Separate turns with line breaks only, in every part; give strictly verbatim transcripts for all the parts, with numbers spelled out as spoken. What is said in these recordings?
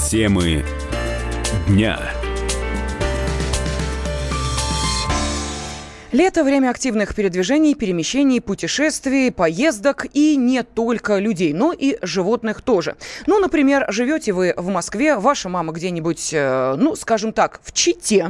Темы дня.
Лето – время активных передвижений, перемещений, путешествий, поездок и не только людей, но и животных тоже. Ну, например, живете вы в Москве, ваша мама где-нибудь, ну, скажем так, в Чите,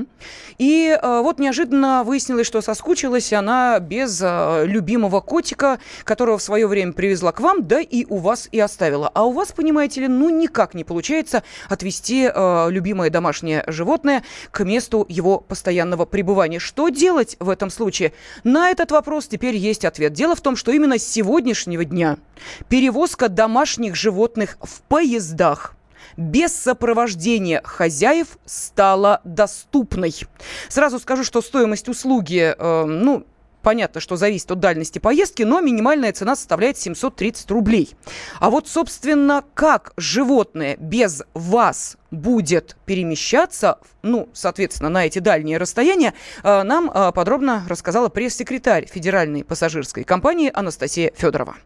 и вот неожиданно выяснилось, что соскучилась она без любимого котика, которого в свое время привезла к вам, да и у вас и оставила. А у вас, понимаете ли, ну, никак не получается отвезти любимое домашнее животное к месту его постоянного пребывания. Что делать в этом случае? На этот вопрос теперь есть ответ. Дело в том, что именно с сегодняшнего дня перевозка домашних животных в поездах без сопровождения хозяев стала доступной. Сразу скажу, что стоимость услуги, э, ну, понятно, что зависит от дальности поездки, но минимальная цена составляет семьсот тридцать рублей. А вот, собственно, как животное без вас будет перемещаться, ну, соответственно, на эти дальние расстояния, нам подробно рассказала пресс-секретарь Федеральной пассажирской компании Анастасия Федорова.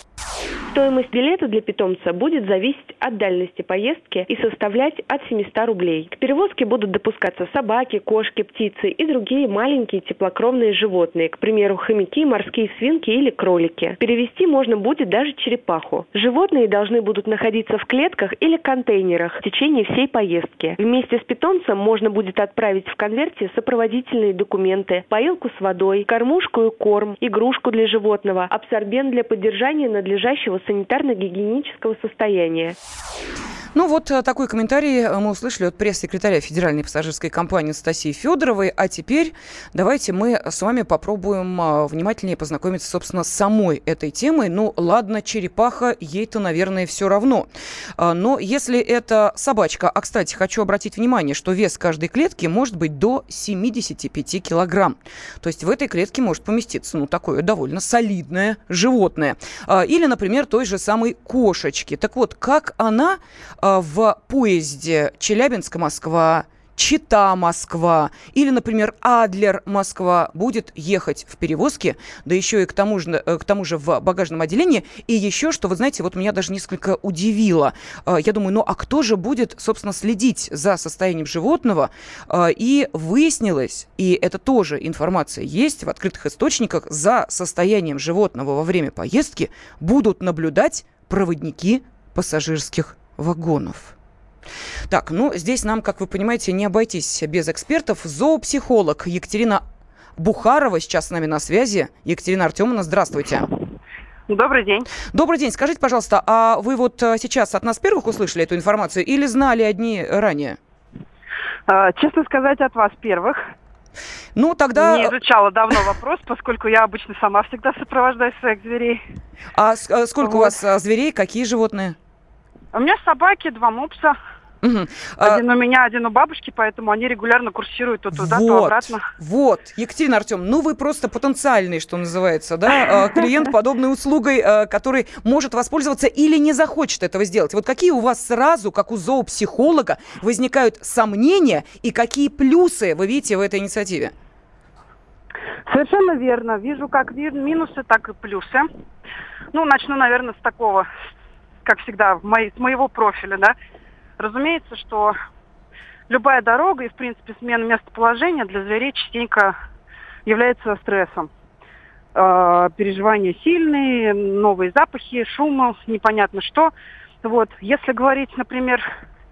Стоимость билета для питомца будет зависеть от дальности поездки и составлять от семисот рублей. К перевозке будут допускаться собаки, кошки, птицы и другие маленькие теплокровные животные, к примеру, хомяки, морские свинки или кролики. Перевезти можно будет даже черепаху. Животные должны будут находиться в клетках или контейнерах в течение всей поездки. Вместе с питомцем можно будет отправить в конверте сопроводительные документы, поилку с водой, кормушку и корм, игрушку для животного, абсорбент для поддержания надлежащего санитарно-гигиенического состояния.
Ну вот такой комментарий мы услышали от пресс-секретаря Федеральной пассажирской компании Анастасии Федоровой. А теперь давайте мы с вами попробуем внимательнее познакомиться, собственно, с самой этой темой. Ну ладно, черепаха, ей-то, наверное, все равно. Но если это собачка, а, кстати, хочу обратить внимание, что вес каждой клетки может быть до семьдесят пять килограмм. То есть в этой клетке может поместиться, ну, такое довольно солидное животное. Или, например, той же самой кошечки. Так вот, как она в поезде Челябинск-Москва, Чита-Москва или, например, Адлер-Москва будет ехать в перевозке, да еще и к тому же, к тому же в багажном отделении. И еще, что, вы знаете, вот меня даже несколько удивило. Я думаю, ну а кто же будет, собственно, следить за состоянием животного? И выяснилось, и это тоже информация есть в открытых источниках, за состоянием животного во время поездки будут наблюдать проводники пассажирских вагонов. Так, ну, здесь нам, как вы понимаете, не обойтись без экспертов. Зоопсихолог Екатерина Бухарова сейчас с нами на связи. Екатерина Артемовна, здравствуйте.
Добрый день.
Добрый день. Скажите, пожалуйста, а вы вот сейчас от нас первых услышали эту информацию или знали одни ранее?
А, честно сказать, от вас первых.
Ну, тогда...
Не изучала давно вопрос, поскольку я обычно сама всегда сопровождаю своих зверей.
А сколько вот. У вас зверей? Какие животные?
У меня собаки, два мопса. Угу. Один а... у меня, один у бабушки, поэтому они регулярно курсируют то туда,
вот,
то обратно.
Вот, Екатерина Артем, ну вы просто потенциальный, что называется, да, клиент подобной услугой, который может воспользоваться или не захочет этого сделать. Вот какие у вас сразу, как у зоопсихолога, возникают сомнения и какие плюсы вы видите в этой инициативе?
Совершенно верно. Вижу как минусы, так и плюсы. Ну, начну, наверное, с такого, как всегда, в моей, с моего профиля, да. Разумеется, что любая дорога и, в принципе, смена местоположения для зверей частенько является стрессом. Э, переживания сильные, новые запахи, шумы, непонятно что. Вот. Если говорить, например,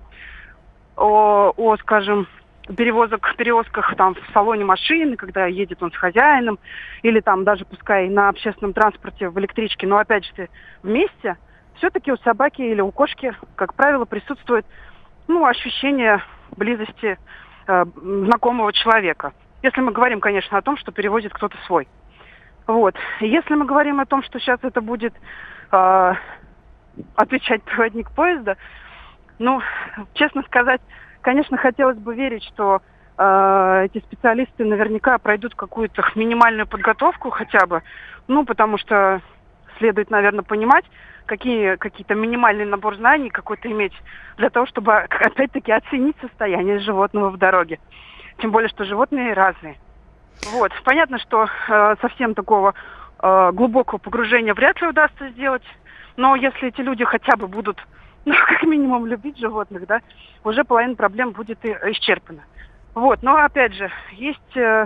о, о скажем, перевозок, перевозках там, в салоне машины, когда едет он с хозяином, или там даже пускай на общественном транспорте, в электричке, но опять же вместе, все-таки у собаки или у кошки, как правило, присутствует ну, ощущение близости э, знакомого человека. Если мы говорим, конечно, о том, что перевозит кто-то свой. Вот. Если мы говорим о том, что сейчас это будет э, отвечать проводник поезда, ну, честно сказать, конечно, хотелось бы верить, что э, эти специалисты наверняка пройдут какую-то минимальную подготовку хотя бы, ну, потому что следует, наверное, понимать, какие какие-то минимальный набор знаний какой-то иметь для того, чтобы, опять-таки, оценить состояние животного в дороге. Тем более, что животные разные. Вот. Понятно, что э, совсем такого э, глубокого погружения вряд ли удастся сделать, но если эти люди хотя бы будут ну, как минимум, любить животных, да, уже половина проблем будет и исчерпана. Вот, но, опять же, есть, э,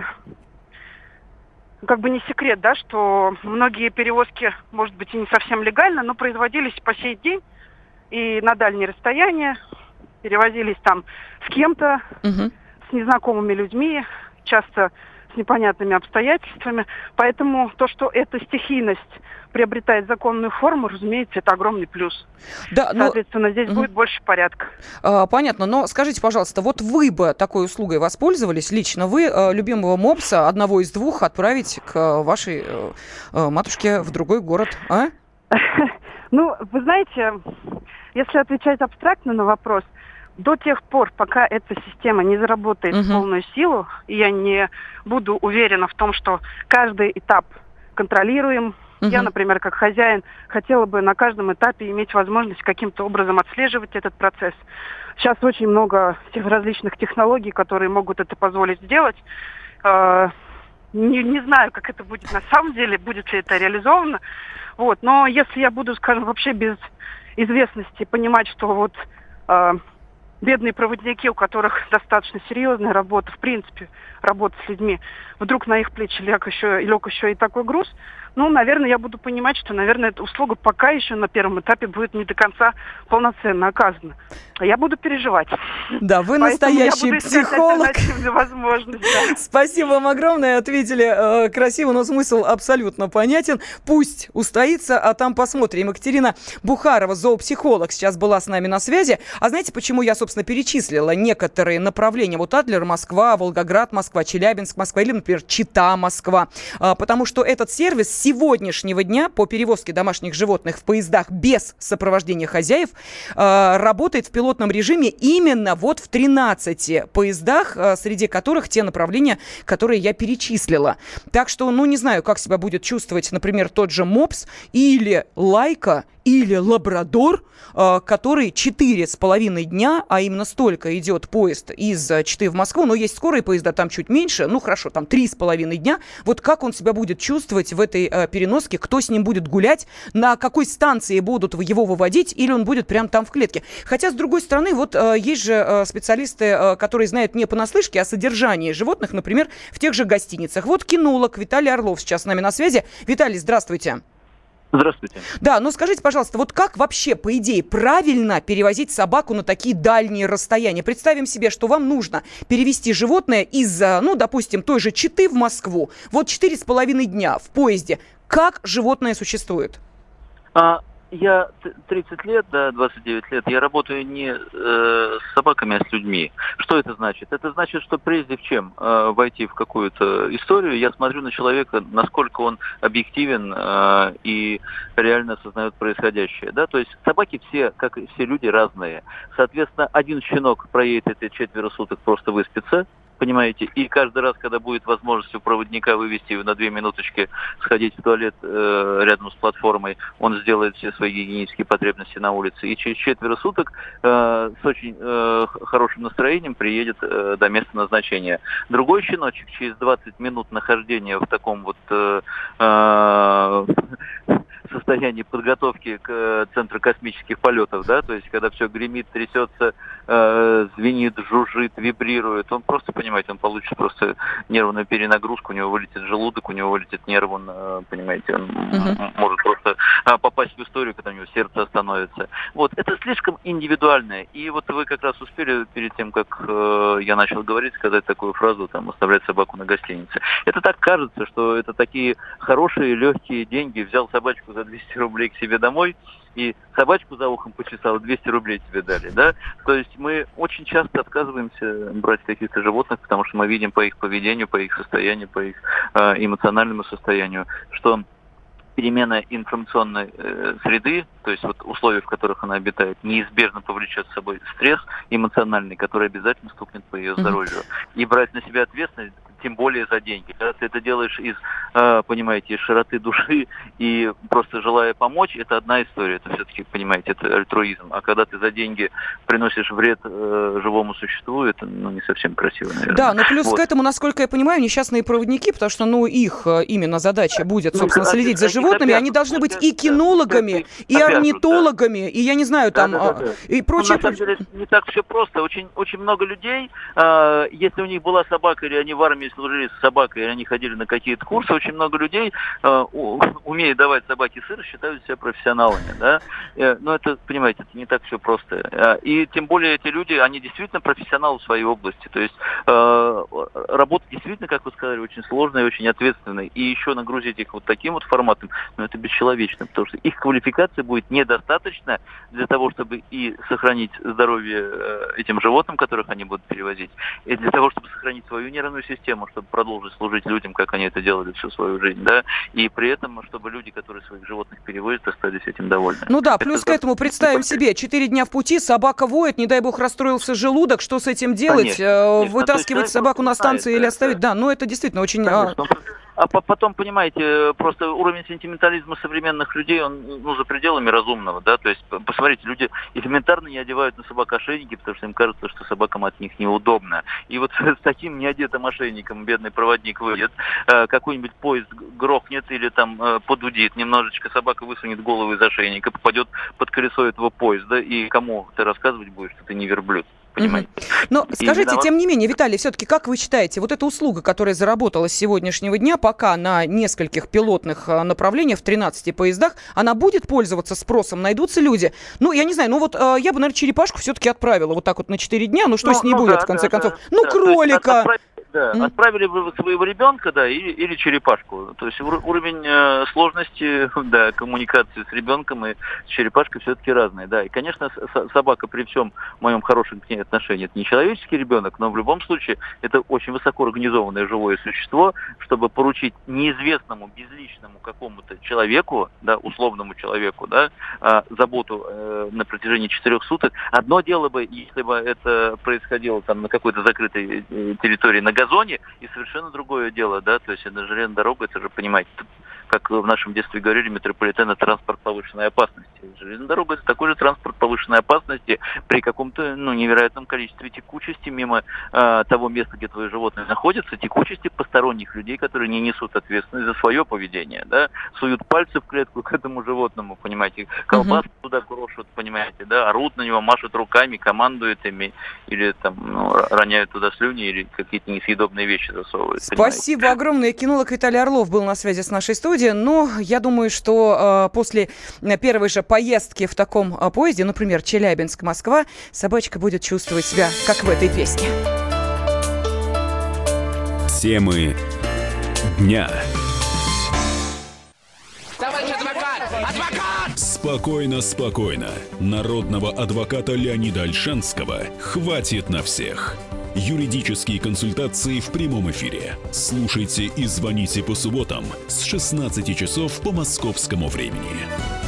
как бы не секрет, да, что многие перевозки, может быть, и не совсем легально, но производились по сей день и на дальние расстояния, перевозились там с кем-то, угу. с незнакомыми людьми, часто с непонятными обстоятельствами. Поэтому то, что эта стихийность приобретает законную форму, разумеется, это огромный плюс. Да, но... Соответственно, здесь угу. будет больше порядка.
А, понятно, но скажите, пожалуйста, вот вы бы такой услугой воспользовались, лично вы, любимого мопса, одного из двух, отправить к вашей матушке в другой город, а?
Ну, вы знаете, если отвечать абстрактно на вопрос, до тех пор, пока эта система не заработает uh-huh. в полную силу, и я не буду уверена в том, что каждый этап контролируем, uh-huh. я, например, как хозяин, хотела бы на каждом этапе иметь возможность каким-то образом отслеживать этот процесс. Сейчас очень много всех различных технологий, которые могут это позволить сделать. Не, не знаю, как это будет на самом деле, будет ли это реализовано. Вот. Но если я буду, скажем, вообще без известности понимать, что вот э, бедные проводники, у которых достаточно серьезная работа, в принципе, работа с людьми, вдруг на их плечи лег еще, лег еще и такой груз, ну, наверное, я буду понимать, что, наверное, эта услуга пока еще на первом этапе будет не до конца полноценно оказана. А я буду переживать.
Да, вы настоящий психолог.
Да.
Спасибо вам огромное. Ответили э, красиво, но смысл абсолютно понятен. Пусть устоится, а там посмотрим. Екатерина Бухарова, зоопсихолог, сейчас была с нами на связи. А знаете, почему я, собственно, перечислила некоторые направления? Вот Адлер, Москва, Волгоград, Москва, Челябинск, Москва или, например, Чита, Москва. А, потому что этот сервис с сегодняшнего дня по перевозке домашних животных в поездах без сопровождения хозяев а, работает в пилотном режиме именно вот в тринадцати поездах, а, среди которых те направления, которые я перечислила. Так что, ну, не знаю, как себя будет чувствовать, например, тот же мопс или лайка, или лабрадор, который четыре с половиной дня, а именно столько идет поезд из Читы в Москву, но есть скорые поезда, там чуть меньше, ну хорошо, там три с половиной дня. Вот как он себя будет чувствовать в этой э, переноске, кто с ним будет гулять, на какой станции будут его выводить, или он будет прямо там в клетке. Хотя, с другой стороны, вот э, есть же э, специалисты, э, которые знают не понаслышке о содержании животных, например, в тех же гостиницах. Вот кинолог Виталий Орлов сейчас с нами на связи. Виталий, здравствуйте.
Здравствуйте.
Да, но скажите, пожалуйста, вот как вообще, по идее, правильно перевозить собаку на такие дальние расстояния? Представим себе, что вам нужно перевести животное из, ну, допустим, той же Читы в Москву. Вот четыре с половиной дня в поезде. Как животное существует?
А, я тридцать лет, да, двадцать девять лет, я работаю не э, с собаками, а с людьми. Что это значит? Это значит, что прежде чем э, войти в какую-то историю, я смотрю на человека, насколько он объективен э, и реально осознает происходящее. Да? То есть собаки все, как и все люди, разные. Соответственно, один щенок проедет эти четверо суток, просто выспится. Понимаете, и каждый раз, когда будет возможность у проводника вывести его на две минуточки, сходить в туалет э, рядом с платформой, он сделает все свои гигиенические потребности на улице. И через четверо суток э, с очень э, хорошим настроением приедет э, до места назначения. Другой щеночек через двадцать минут нахождения в таком вот э, э, состоянии подготовки к э, центру космических полетов, да, то есть когда все гремит, трясется, э, звенит, жужжит, вибрирует, он просто, понимаете, он получит просто нервную перенагрузку, у него вылетит желудок, у него вылетит нерв, он, э, понимаете, он uh-huh. может просто э, попасть в историю, когда у него сердце остановится. Вот, это слишком индивидуальное, и вот вы как раз успели перед тем, как э, я начал говорить, сказать такую фразу, там, оставлять собаку на гостинице. Это так кажется, что это такие хорошие, легкие деньги, взял собачку за двести рублей к себе домой, и собачку за ухом почесал, двести рублей тебе дали, да? То есть мы очень часто отказываемся брать каких-то животных, потому что мы видим по их поведению, по их состоянию, по их э, эмоциональному состоянию, что перемена информационной э, среды, то есть вот условия, в которых она обитает, неизбежно повлечет с собой стресс эмоциональный, который обязательно стукнет по ее здоровью. Mm-hmm. И брать на себя ответственность тем более за деньги. Когда ты это делаешь из, понимаете, из широты души и просто желая помочь, это одна история, это все-таки, понимаете, это альтруизм. А когда ты за деньги приносишь вред э, живому существу, это ну, не совсем красиво, наверное.
Да, но плюс
вот.
к этому, насколько я понимаю, несчастные проводники, потому что, ну, их именно задача будет, собственно, ну, следить за животными, обяжут, они должны быть и кинологами, и обяжут, орнитологами, да. и я не знаю, там, да, да, да, да. и прочее.
Ну, на самом деле, не так все просто. Очень, очень много людей, э, если у них была собака, или они в армии служили с собакой, или они ходили на какие-то курсы, очень много людей, э, умея давать собаке сыр, считают себя профессионалами, да. Э, но это, понимаете, это не так все просто. Э, и тем более эти люди, они действительно профессионалы в своей области. То есть э, работа действительно, как вы сказали, очень сложная и очень ответственная. И еще нагрузить их вот таким вот форматом, ну, это бесчеловечно, потому что их квалификации будет недостаточно для того, чтобы и сохранить здоровье э, этим животным, которых они будут перевозить, и для того, чтобы сохранить свою нервную систему, чтобы продолжить служить людям, как они это делали всю свою жизнь, да, и при этом, чтобы люди, которые своих животных перевозят, остались этим довольны.
Ну да, плюс это к этому представим себе, четыре дня в пути, собака воет, не дай бог расстроился желудок, что с этим делать? Конечно, конечно. Вытаскивать собаку на станции знает, или оставить? Да, да, ну это действительно очень...
Конечно. А потом, понимаете, просто уровень сентиментализма современных людей, он ну, за пределами разумного, да, то есть, посмотрите, люди элементарно не одевают на собак ошейники, потому что им кажется, что собакам от них неудобно. И вот с таким неодетым ошейником бедный проводник выйдет, какой-нибудь поезд грохнет или там подудит, немножечко собака высунет голову из ошейника, попадет под колесо этого поезда, и кому ты рассказывать будешь, что ты не верблюд? Понимаете?
Mm-hmm. Но и скажите, виноват... тем не менее, Виталий, все-таки как вы считаете, вот эта услуга, которая заработала с сегодняшнего дня, пока на нескольких пилотных направлениях в тринадцати поездах, она будет пользоваться спросом? Найдутся люди? Ну, я не знаю, ну вот я бы, наверное, черепашку все-таки отправила вот так вот на четыре дня, ну что ну, с ней ну, будет, да, в конце да, концов? Да, ну, да, кролика...
Отправ... Да, mm-hmm. отправили бы своего ребенка, да, или, или черепашку. То есть уровень э, сложности, да, коммуникации с ребенком и с черепашкой все-таки разный, да. И, конечно, с- собака при всем моем хорошем к ней отношении, это не человеческий ребенок, но в любом случае это очень высоко организованное живое существо, чтобы поручить неизвестному, безличному какому-то человеку, да, условному человеку, да, э, заботу э, на протяжении четырех суток. Одно дело бы, если бы это происходило там на какой-то закрытой э, территории, на газоне, и совершенно другое дело, да, то есть это железная дорога, это же, понимаете, как в нашем детстве говорили, метрополитен — это транспорт повышенной опасности. Железная дорога — это такой же транспорт повышенной опасности при каком-то, ну, невероятном количестве текучести мимо э, того места, где твое животное находится, текучести посторонних людей, которые не несут ответственность за свое поведение, да, суют пальцы в клетку к этому животному, понимаете, колбаску uh-huh. туда крошат, понимаете, да, орут на него, машут руками, командуют ими, или там, ну, роняют туда слюни, или какие-то несъедобные вещи засовывают.
Спасибо
понимаете?
огромное. Кинолог Виталий Орлов был на связи с нашей студией. Но я думаю, что э, после первой же поездки в таком э, поезде, например, Челябинск-Москва, собачка будет чувствовать себя, как в этой песне.
Темы дня.
Товарищ адвокат! Адвокат!
Спокойно, спокойно. Народного адвоката Леонида Ольшанского хватит на всех. Юридические консультации в прямом эфире. Слушайте и звоните по субботам с шестнадцати часов по московскому времени.